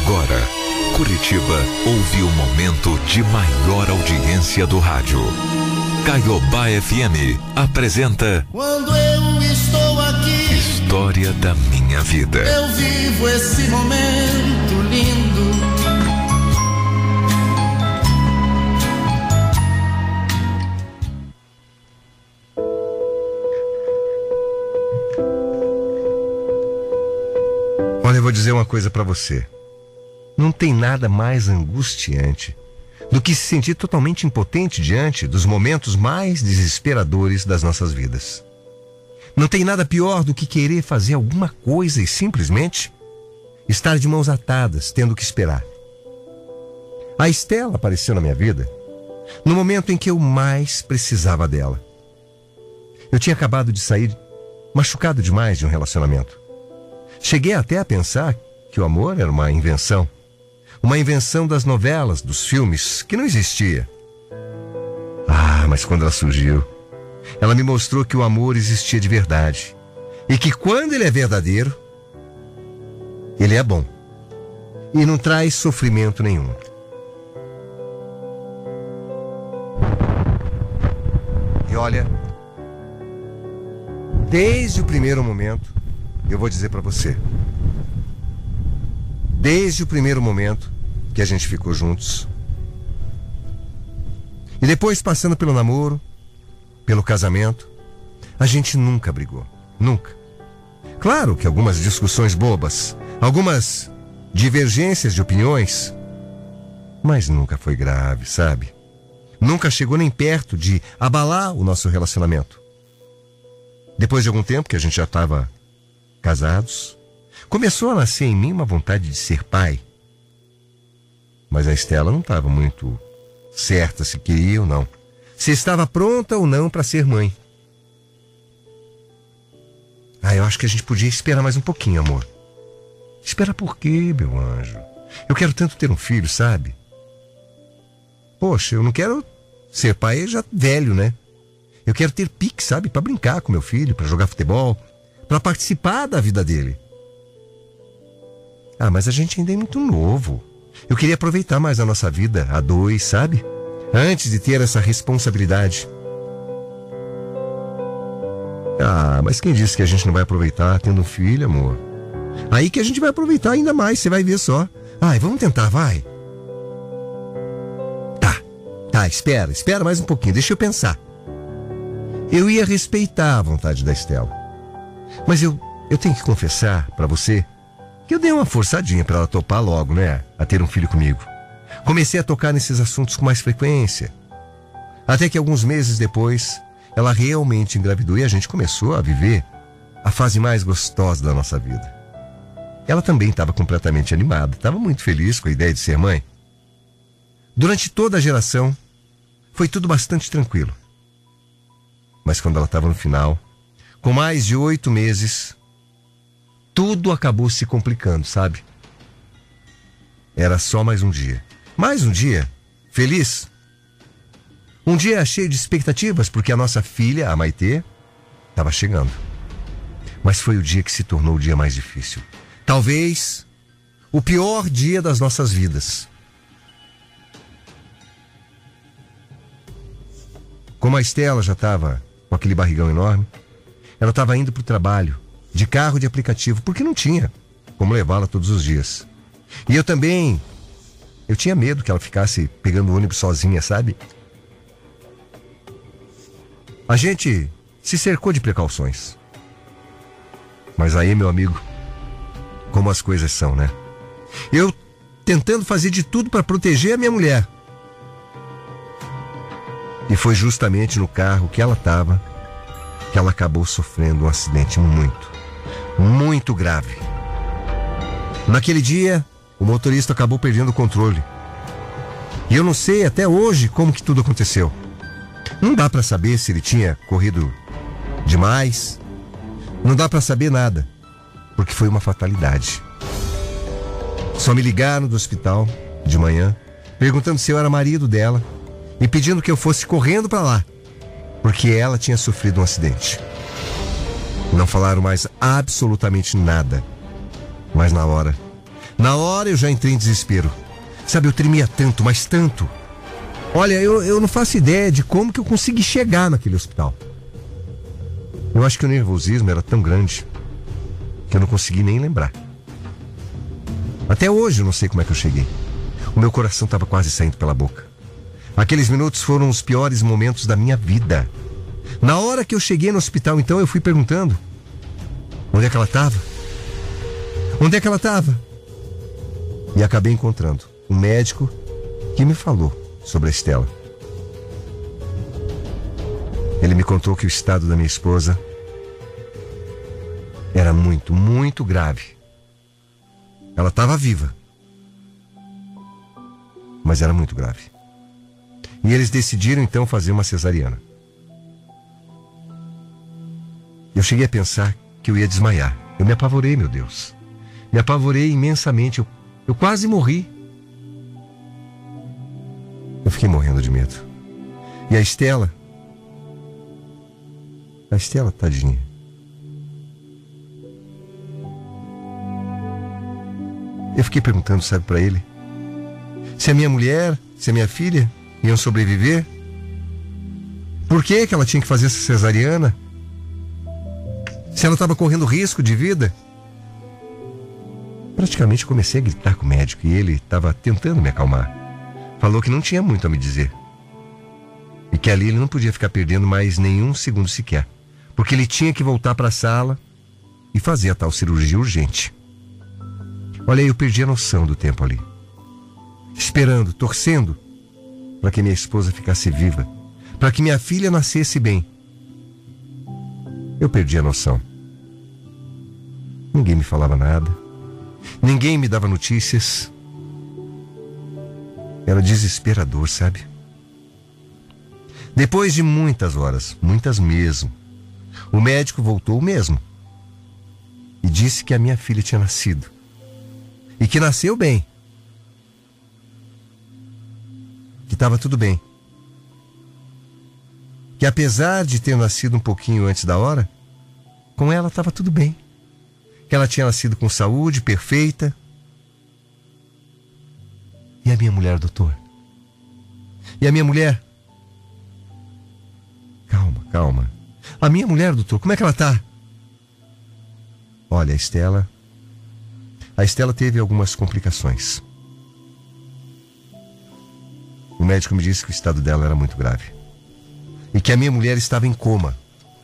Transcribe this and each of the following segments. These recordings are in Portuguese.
Agora, Curitiba ouve o momento de maior audiência do rádio. Caiobá FM apresenta Quando eu estou aqui, História da Minha Vida. eu vivo esse momento lindo. Olha, eu vou dizer uma coisa pra você. Não tem nada mais angustiante do que se sentir totalmente impotente diante dos momentos mais desesperadores das nossas vidas. Não tem nada pior do que querer fazer alguma coisa e simplesmente estar de mãos atadas, tendo que esperar. A Estela apareceu na minha vida no momento em que eu mais precisava dela. Eu tinha acabado de sair machucado demais de um relacionamento. Cheguei até a pensar que o amor era uma invenção das novelas, dos filmes, que não existia. Ah, mas quando ela surgiu, ela me mostrou que o amor existia de verdade. E que quando ele é verdadeiro, ele é bom. E não traz sofrimento nenhum. E olha, desde o primeiro momento, eu vou dizer pra você, desde o primeiro momento que a gente ficou juntos, e depois passando pelo namoro, pelo casamento, a gente nunca brigou, nunca. Claro que algumas discussões bobas, algumas divergências de opiniões, mas nunca foi grave, sabe? Nunca chegou nem perto de abalar o nosso relacionamento. Depois de algum tempo que a gente já estava casados, começou a nascer em mim uma vontade de ser pai. Mas a Estela não estava muito certa se queria ou não, se estava pronta ou não para ser mãe. Eu acho que a gente podia esperar mais um pouquinho, amor. Espera por quê, meu anjo? Eu quero tanto ter um filho, sabe? Poxa, eu não quero ser pai já velho, né? Eu quero ter pique, sabe? Para brincar com meu filho, para jogar futebol, para participar da vida dele. Mas a gente ainda é muito novo. Eu queria aproveitar mais a nossa vida a dois, sabe? Antes de ter essa responsabilidade. Mas quem disse que a gente não vai aproveitar tendo um filho, amor? Aí que a gente vai aproveitar ainda mais, você vai ver só. Vamos tentar, vai. Tá, espera mais um pouquinho, deixa eu pensar. Eu ia respeitar a vontade da Estela. Mas eu tenho que confessar pra você que eu dei uma forçadinha pra ela topar logo, né? A ter um filho comigo. Comecei a tocar nesses assuntos com mais frequência. Até que alguns meses depois, ela realmente engravidou e a gente começou a viver a fase mais gostosa da nossa vida. Ela também estava completamente animada, estava muito feliz com a ideia de ser mãe. Durante toda a geração, foi tudo bastante tranquilo. Mas quando ela estava no final, com mais de 8 meses, tudo acabou se complicando, sabe? Era só mais um dia. Mais um dia feliz. Um dia cheio de expectativas, porque a nossa filha, a Maitê, estava chegando. Mas foi o dia que se tornou o dia mais difícil. Talvez o pior dia das nossas vidas. Como a Estela já estava com aquele barrigão enorme, ela estava indo para o trabalho de carro de aplicativo, porque não tinha como levá-la todos os dias. E eu tinha medo que ela ficasse pegando o ônibus sozinha, sabe? A gente se cercou de precauções. Mas aí, meu amigo, como as coisas são, né? Eu tentando fazer de tudo para proteger a minha mulher. E foi justamente no carro que ela estava que ela acabou sofrendo um acidente muito grave. Naquele dia, o motorista acabou perdendo o controle. E eu não sei até hoje como que tudo aconteceu. Não dá para saber se ele tinha corrido demais. Não dá para saber nada, porque foi uma fatalidade. Só me ligaram do hospital de manhã, perguntando se eu era marido dela e pedindo que eu fosse correndo para lá, porque ela tinha sofrido um acidente. Não falaram mais absolutamente nada. Mas na hora, Na hora eu já entrei em desespero. Sabe, eu tremia tanto, mas tanto. Olha, eu não faço ideia de como que eu consegui chegar naquele hospital. Eu acho que o nervosismo era tão grande que eu não consegui nem lembrar. Até hoje eu não sei como é que eu cheguei. O meu coração estava quase saindo pela boca. Aqueles minutos foram os piores momentos da minha vida. Na hora que eu cheguei no hospital, então, eu fui perguntando: onde é que ela estava? Onde é que ela estava? E acabei encontrando um médico que me falou sobre a Estela. Ele me contou que o estado da minha esposa era muito, muito grave. Ela estava viva, mas era muito grave. E eles decidiram então fazer uma cesariana. Eu cheguei a pensar que eu ia desmaiar. Eu me apavorei, meu Deus. Me apavorei imensamente. Eu quase morri. Eu fiquei morrendo de medo. E a Estela, tadinha. Eu fiquei perguntando, sabe, pra ele, se a minha mulher, se a minha filha iam sobreviver. Por que ela tinha que fazer essa cesariana? Se ela estava correndo risco de vida. Praticamente comecei a gritar com o médico e ele estava tentando me acalmar. Falou que não tinha muito a me dizer. E que ali ele não podia ficar perdendo mais nenhum segundo sequer. Porque ele tinha que voltar para a sala e fazer a tal cirurgia urgente. Olha, eu perdi a noção do tempo ali. Esperando, torcendo para que minha esposa ficasse viva. Para que minha filha nascesse bem. Eu perdi a noção. Ninguém me falava nada. Ninguém me dava notícias. Era desesperador, sabe? Depois de muitas horas, muitas mesmo, o médico voltou mesmo e disse que a minha filha tinha nascido. E que nasceu bem. Que estava tudo bem. Que apesar de ter nascido um pouquinho antes da hora, com ela estava tudo bem. Que ela tinha nascido com saúde, perfeita. E a minha mulher, doutor? E a minha mulher? Calma. A minha mulher, doutor, como é que ela tá? Olha, a Estela teve algumas complicações. O médico me disse que o estado dela era muito grave. E que a minha mulher estava em coma.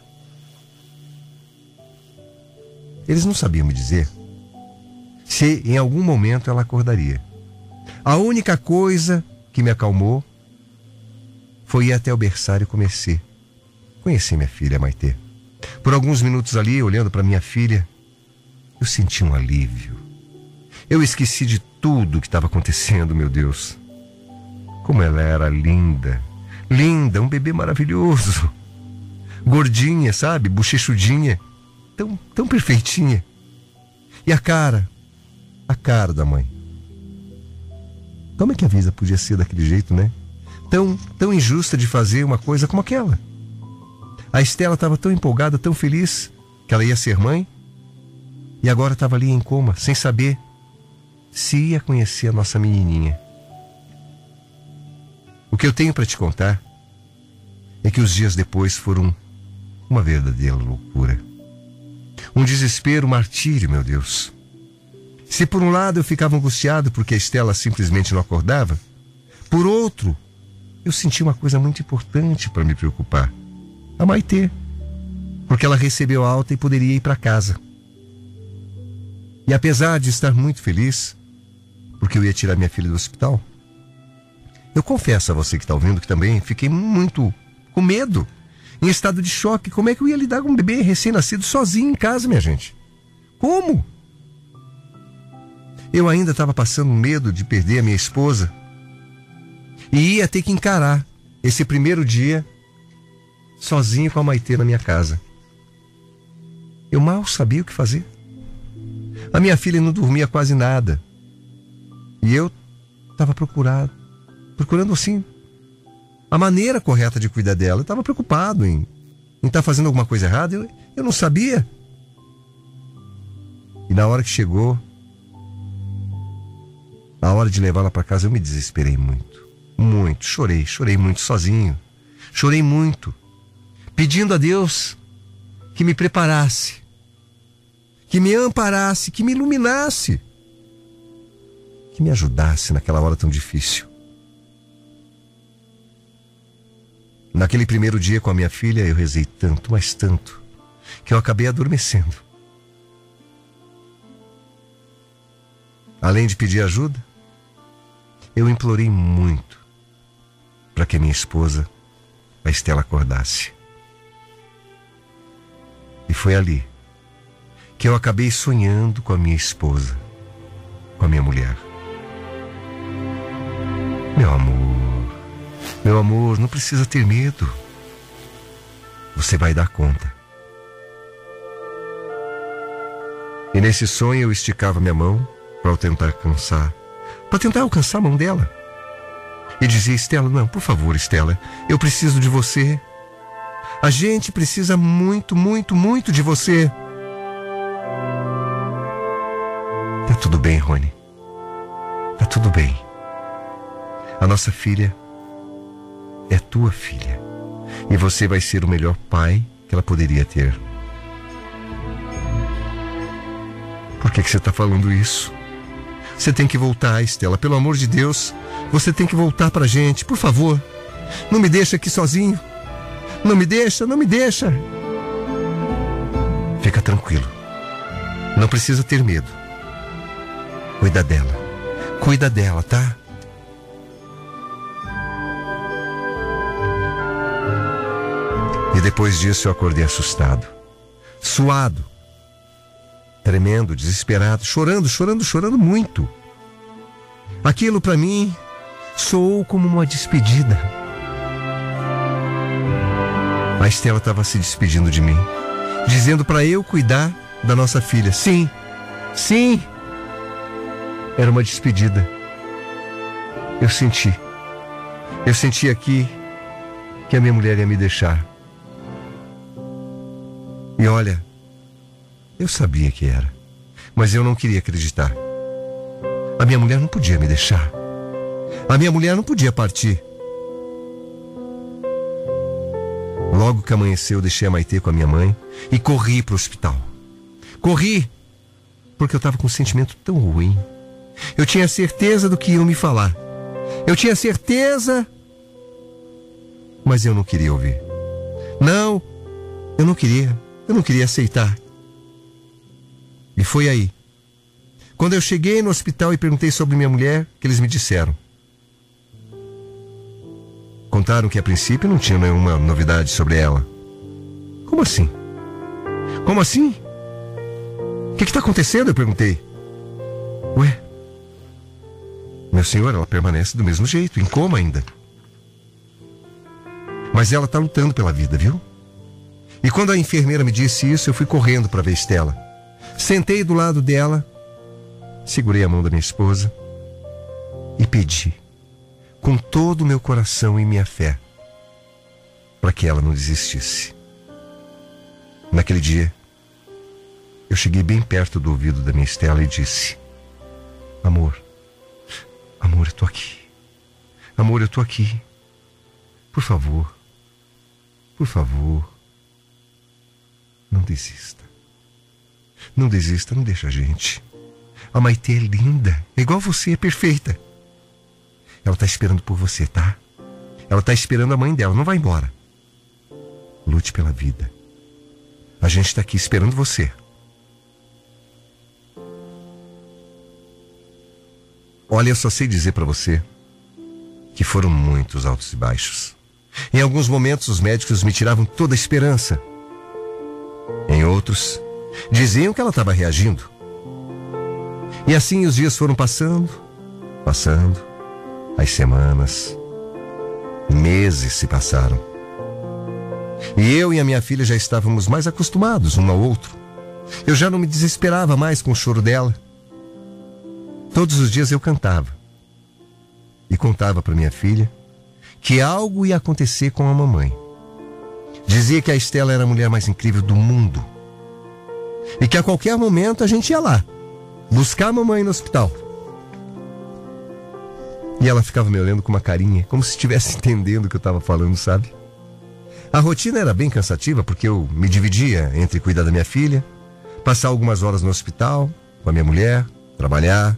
Eles não sabiam me dizer se em algum momento ela acordaria. A única coisa que me acalmou foi ir até o berçário e conheci minha filha, Maitê. Por alguns minutos ali, olhando para minha filha, eu senti um alívio. Eu esqueci de tudo o que estava acontecendo, meu Deus. Como ela era linda. Linda, um bebê maravilhoso. Gordinha, sabe? Bochechudinha. Tão perfeitinha. E a cara da mãe. Como é que a vida podia ser daquele jeito, né? Tão injusta de fazer uma coisa como aquela. A Estela estava tão empolgada, tão feliz que ela ia ser mãe. E agora estava ali em coma, sem saber se ia conhecer a nossa menininha. O que eu tenho para te contar é que os dias depois foram uma verdadeira loucura. Um desespero, um martírio, meu Deus. Se por um lado eu ficava angustiado porque a Estela simplesmente não acordava, por outro, eu senti uma coisa muito importante para me preocupar. A Maitê. Porque ela recebeu alta e poderia ir para casa. E apesar de estar muito feliz, porque eu ia tirar minha filha do hospital, eu confesso a você que está ouvindo que também fiquei muito com medo, em estado de choque. Como é que eu ia lidar com um bebê recém-nascido sozinho em casa, minha gente? Como? Eu ainda estava passando medo de perder a minha esposa e ia ter que encarar esse primeiro dia sozinho com a Maitê na minha casa. Eu mal sabia o que fazer. A minha filha não dormia quase nada. E eu estava procurando assim a maneira correta de cuidar dela. Eu estava preocupado em estar fazendo alguma coisa errada. Eu não sabia. E na hora que chegou A hora de levá-la para casa eu me desesperei muito. Muito. Chorei muito sozinho. Chorei muito. Pedindo a Deus que me preparasse, que me amparasse, que me iluminasse, que me ajudasse naquela hora tão difícil. Naquele primeiro dia com a minha filha, eu rezei tanto, mas tanto, que eu acabei adormecendo. Além de pedir ajuda, eu implorei muito para que minha esposa, a Estela, acordasse. E foi ali que eu acabei sonhando com a minha esposa, com a minha mulher. Meu amor, não precisa ter medo. Você vai dar conta. E nesse sonho eu esticava minha mão para tentar alcançar a mão dela. E dizia: Estela, não, por favor, Estela, eu preciso de você. A gente precisa muito, muito, muito de você. Tá tudo bem, Rony. Tá tudo bem. A nossa filha é tua filha. E você vai ser o melhor pai que ela poderia ter. Por que você está falando isso? Você tem que voltar, Estela. Pelo amor de Deus, você tem que voltar pra gente. Por favor, não me deixa aqui sozinho. Não me deixa. Fica tranquilo. Não precisa ter medo. Cuida dela, tá? E depois disso eu acordei assustado, suado, tremendo, desesperado, chorando muito. Aquilo para mim soou como uma despedida. A Estela estava se despedindo de mim, dizendo para eu cuidar da nossa filha. Sim, era uma despedida. Eu senti aqui que a minha mulher ia me deixar. E olha, eu sabia que era, mas eu não queria acreditar. A minha mulher não podia me deixar. A minha mulher não podia partir. Logo que amanheceu, eu deixei a Maitê com a minha mãe e corri para o hospital. Corri, porque eu estava com um sentimento tão ruim. Eu tinha certeza do que iam me falar. Eu tinha certeza, mas eu não queria ouvir. Não, eu não queria aceitar. E foi aí, quando eu cheguei no hospital e perguntei sobre minha mulher, que eles me disseram. Contaram que a princípio não tinha nenhuma novidade sobre ela. Como assim? O que está acontecendo? Eu perguntei. Ué, meu senhor, ela permanece do mesmo jeito, em coma ainda. Mas ela está lutando pela vida, viu? E quando a enfermeira me disse isso, eu fui correndo para ver Estela. Sentei do lado dela, segurei a mão da minha esposa e pedi, com todo o meu coração e minha fé, para que ela não desistisse. Naquele dia, eu cheguei bem perto do ouvido da minha Estela e disse: Amor, eu tô aqui. Amor, eu tô aqui. Por favor, não desista. Não desista, não deixa a gente. A Maitê é linda, é igual você, é perfeita. Ela tá esperando por você, tá? Ela tá esperando a mãe dela, não vai embora. Lute pela vida. A gente tá aqui esperando você. Olha, eu só sei dizer pra você que foram muitos altos e baixos. Em alguns momentos os médicos me tiravam toda a esperança. Em outros, diziam que ela estava reagindo. E assim os dias foram passando. As semanas, meses se passaram. E eu e a minha filha já estávamos mais acostumados um ao outro. Eu já não me desesperava mais com o choro dela. Todos os dias eu cantava e contava para minha filha que algo ia acontecer com a mamãe. Dizia que a Estela era a mulher mais incrível do mundo e que a qualquer momento a gente ia lá buscar a mamãe no hospital. E ela ficava me olhando com uma carinha, como se estivesse entendendo o que eu estava falando, sabe? A rotina era bem cansativa, porque eu me dividia entre cuidar da minha filha, passar algumas horas no hospital com a minha mulher, trabalhar.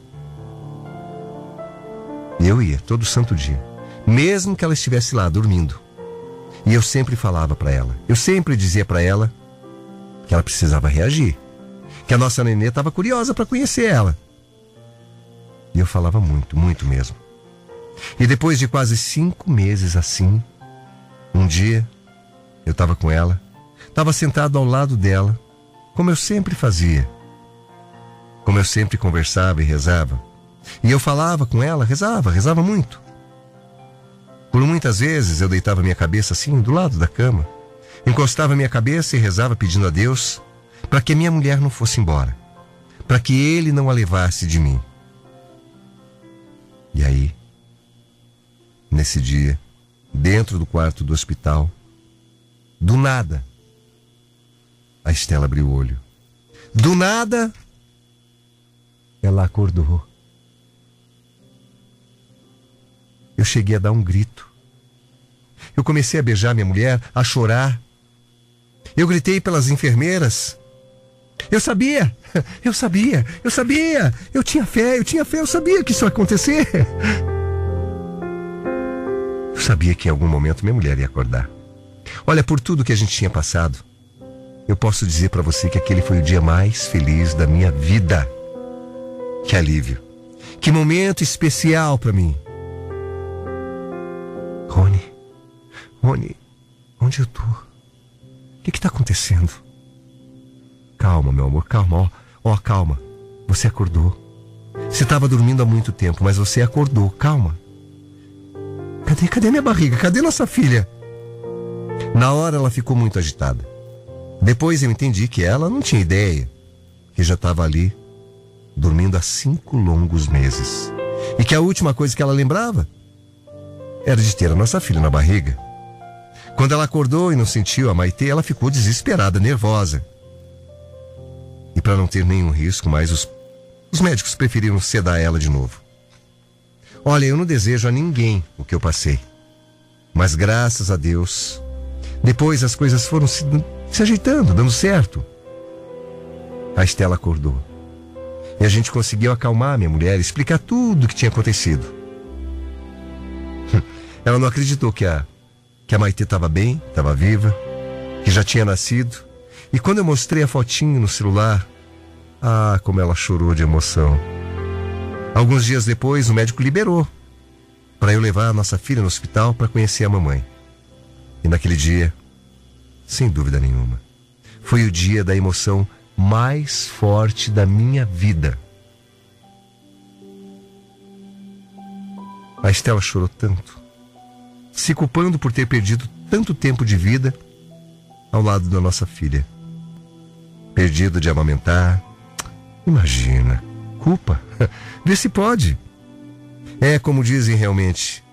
E eu ia todo santo dia, mesmo que ela estivesse lá dormindo. E eu sempre falava para ela, eu sempre dizia para ela que ela precisava reagir, que a nossa nenê estava curiosa para conhecer ela. E eu falava muito, muito mesmo. E depois de quase 5 meses assim, um dia eu estava com ela, estava sentado ao lado dela, como eu sempre fazia, como eu sempre conversava e rezava. E eu falava com ela, rezava muito. Por muitas vezes eu deitava minha cabeça assim, do lado da cama, encostava minha cabeça e rezava pedindo a Deus para que minha mulher não fosse embora, para que Ele não a levasse de mim. E aí, nesse dia, dentro do quarto do hospital, do nada, a Estela abriu o olho. Do nada, ela acordou. Eu cheguei a dar um grito. Eu comecei a beijar minha mulher, a chorar. Eu gritei pelas enfermeiras. Eu sabia. Eu tinha fé, eu sabia que isso ia acontecer. Eu sabia que em algum momento minha mulher ia acordar. Olha, por tudo que a gente tinha passado, eu posso dizer para você que aquele foi o dia mais feliz da minha vida. Que alívio. Que momento especial para mim. Rony, onde eu tô? O que tá acontecendo? Calma, meu amor, calma, ó, calma. Você acordou. Você estava dormindo há muito tempo, mas você acordou, calma. Cadê minha barriga? Cadê nossa filha? Na hora ela ficou muito agitada. Depois eu entendi que ela não tinha ideia, que já estava ali, dormindo há 5 longos meses. E que a última coisa que ela lembrava era de ter a nossa filha na barriga. Quando ela acordou e não sentiu a Maitê, ela ficou desesperada, nervosa. E para não ter nenhum risco, mas os médicos preferiram sedar ela de novo. Olha, eu não desejo a ninguém o que eu passei. Mas graças a Deus, depois as coisas foram se ajeitando, dando certo. A Estela acordou. E a gente conseguiu acalmar minha mulher, explicar tudo o que tinha acontecido. Ela não acreditou que a Maitê estava bem, estava viva, que já tinha nascido. E quando eu mostrei a fotinho no celular, como ela chorou de emoção. Alguns dias depois, o médico liberou para eu levar a nossa filha no hospital para conhecer a mamãe. E naquele dia, sem dúvida nenhuma, foi o dia da emoção mais forte da minha vida. A Estela chorou tanto, se culpando por ter perdido tanto tempo de vida ao lado da nossa filha. Perdido de amamentar. Imagina, culpa. Vê se pode. É como dizem realmente.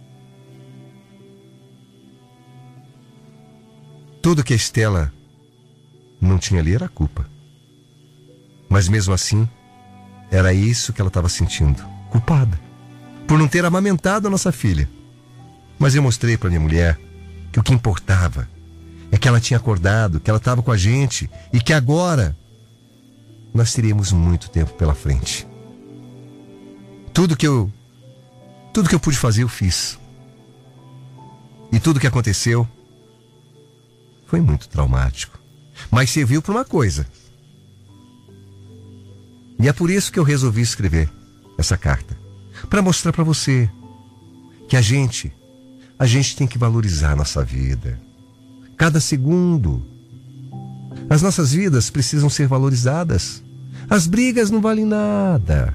Tudo que a Estela não tinha ali era culpa. Mas mesmo assim, era isso que ela estava sentindo. Culpada. Por não ter amamentado a nossa filha. Mas eu mostrei para minha mulher que o que importava é que ela tinha acordado, que ela estava com a gente e que agora nós teríamos muito tempo pela frente. Tudo que eu pude fazer eu fiz. E tudo que aconteceu foi muito traumático, mas serviu para uma coisa. E é por isso que eu resolvi escrever essa carta, para mostrar para você que a gente tem que valorizar a nossa vida. Cada segundo. As nossas vidas precisam ser valorizadas. As brigas não valem nada.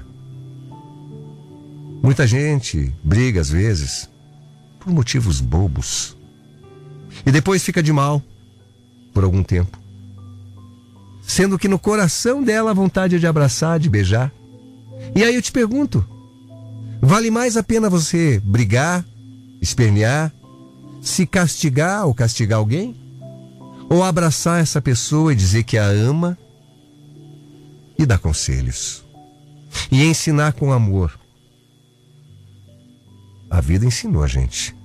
Muita gente briga às vezes por motivos bobos. E depois fica de mal por algum tempo. Sendo que no coração dela a vontade é de abraçar, de beijar. E aí eu te pergunto, vale mais a pena você brigar, espernear, se castigar ou castigar alguém? Ou abraçar essa pessoa e dizer que a ama e dar conselhos? E ensinar com amor a vida ensinou a gente.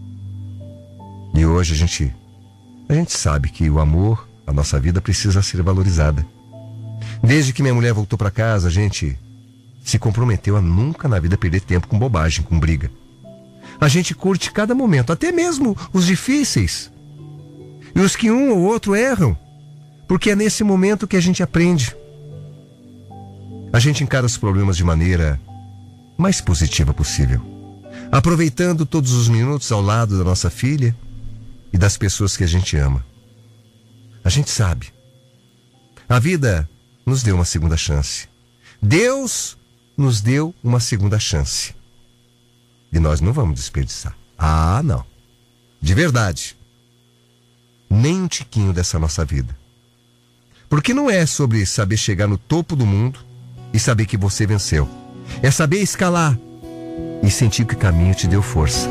E hoje a gente sabe que o amor, a nossa vida precisa ser valorizada. Desde que minha mulher voltou para casa, a gente se comprometeu a nunca na vida perder tempo com bobagem, com briga. A gente curte cada momento, até mesmo os difíceis. E os que um ou outro erram, porque é nesse momento que a gente aprende. A gente encara os problemas de maneira mais positiva possível, aproveitando todos os minutos ao lado da nossa filha e das pessoas que a gente ama. A gente sabe. A vida nos deu uma segunda chance. Deus nos deu uma segunda chance. E nós não vamos desperdiçar. Ah, não. De verdade. Nem um tiquinho dessa nossa vida. Porque não é sobre saber chegar no topo do mundo e saber que você venceu. É saber escalar e sentir que o caminho te deu força.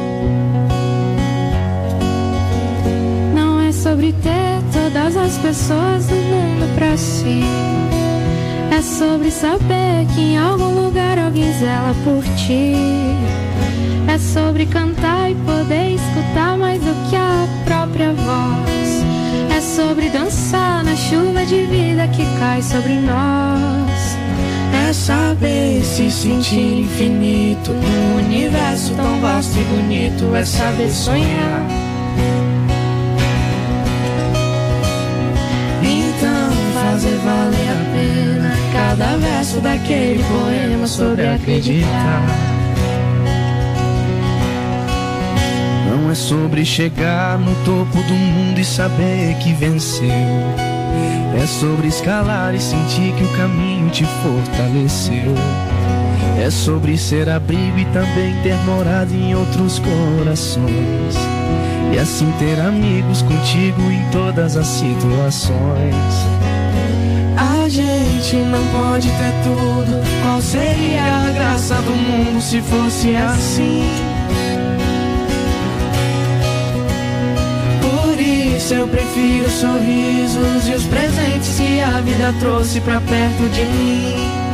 Não é sobre ter todas as pessoas do mundo pra si. É sobre saber que em algum lugar alguém zela por ti. É sobre cantar e poder escutar mais do que a própria voz. É sobre dançar na chuva de vida que cai sobre nós. É saber se sentir infinito num universo tão vasto e bonito. É saber sonhar. Então fazer valer a pena cada verso daquele poema sobre acreditar. Não é sobre chegar no topo do mundo e saber que venceu. É sobre escalar e sentir que o caminho te fortaleceu. É sobre ser abrigo e também ter morado em outros corações. E assim ter amigos contigo em todas as situações. A gente não pode ter tudo. Qual seria a graça do mundo se fosse assim? Eu prefiro sorrisos e os presentes que a vida trouxe pra perto de mim.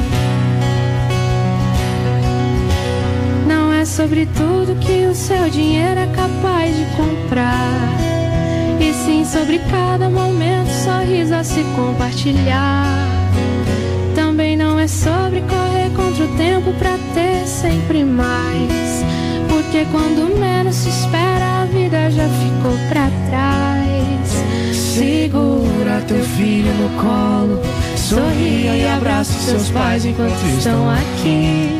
Não é sobre tudo que o seu dinheiro é capaz de comprar, e sim sobre cada momento, sorriso a se compartilhar. Também não é sobre correr contra o tempo pra ter sempre mais, porque quando menos se espera a vida já ficou pra trás. Segura teu filho no colo, sorria e abraça seus pais enquanto estão aqui.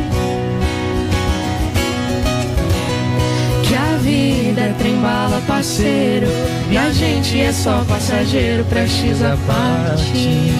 Que a vida é trem-bala, parceiro, e a gente é só passageiro, prestes a partir.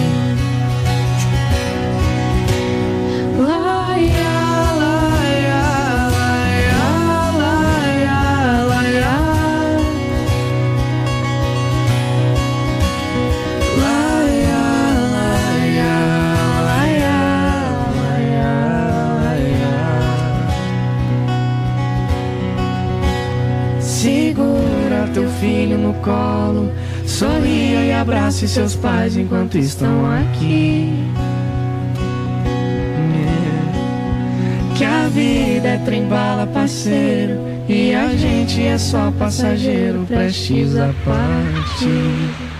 Segura teu filho no colo, sorria e abrace seus pais enquanto estão aqui. Que a vida é trem-bala, parceiro, e a gente é só passageiro, prestes a partir.